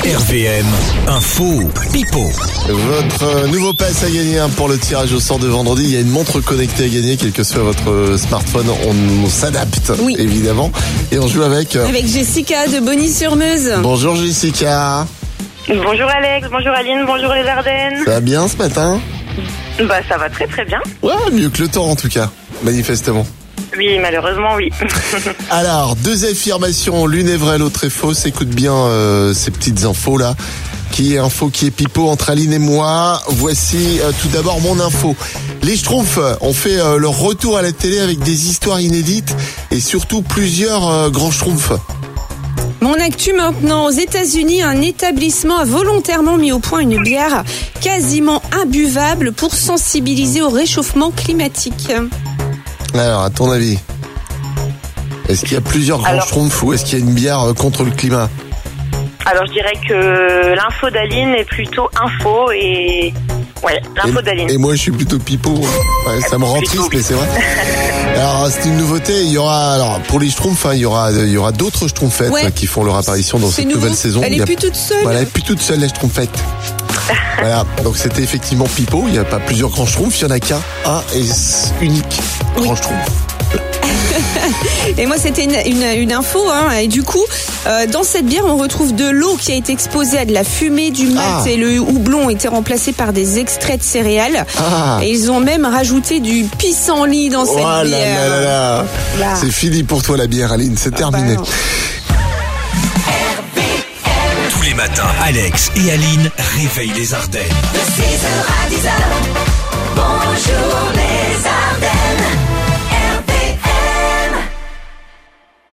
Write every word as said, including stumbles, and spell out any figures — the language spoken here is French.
R V M, info, pipo. Votre nouveau pass à gagner pour le tirage au sort de vendredi. Il y a une montre connectée à gagner, quel que soit votre smartphone. On, on s'adapte, oui. évidemment. Et on joue avec... Avec Jessica de Bonny-sur-Meuse. Bonjour Jessica. Bonjour Alex, bonjour Aline, bonjour les Ardennes. Ça va bien ce matin? Bah ça va très très bien. Ouais, mieux que le temps en tout cas, manifestement. Oui, malheureusement, oui. Alors, deux affirmations, l'une est vraie, l'autre est fausse. Écoute bien euh, ces petites infos là. Qui est info, qui est pipeau entre Aline et moi. Voici euh, tout d'abord mon info. Les Schtroumpfs ont fait euh, leur retour à la télé avec des histoires inédites et surtout plusieurs euh, grands Schtroumpfs. Mon actu maintenant, aux États-Unis, un établissement a volontairement mis au point une bière quasiment imbuvable pour sensibiliser au réchauffement climatique. Alors, à ton avis, est-ce qu'il y a plusieurs grands Alors, Schtroumpfs ou est-ce qu'il y a une bière contre le climat? Alors je dirais que l'info d'Aline est plutôt info et... Ouais, l'info et, d'Aline. Et moi, je suis plutôt pipeau. Ouais, ça me rend Plutôt, triste, oui. mais c'est vrai. Alors, c'est une nouveauté. Il y aura, alors, pour les Schtroumpfs, hein, il y aura, il y aura d'autres Schtroumpfettes Ouais. qui font leur apparition dans C'est cette nouveau. nouvelle saison. Elle Il y est a- plus toute seule. Voilà, elle est plus toute seule, la Schtroumpfette. Voilà, donc c'était effectivement pipeau. Il n'y a pas plusieurs grands Schtroumpfs, il y en a qu'un, un et unique grand Schtroumpf. Et moi, c'était une, une, une info. Hein, et du coup, euh, dans cette bière, on retrouve de l'eau qui a été exposée à de la fumée, du malt Ah. et le houblon ont été remplacés par des extraits de céréales. Ah. Et ils ont même rajouté du pissenlit dans Oh cette là bière. là là là. Là. C'est fini pour toi la bière, Aline, c'est terminé. bah non. Tous les matins, Alex et Aline réveillent les Ardennes. De six heures à dix heures, bonjour les Ardennes.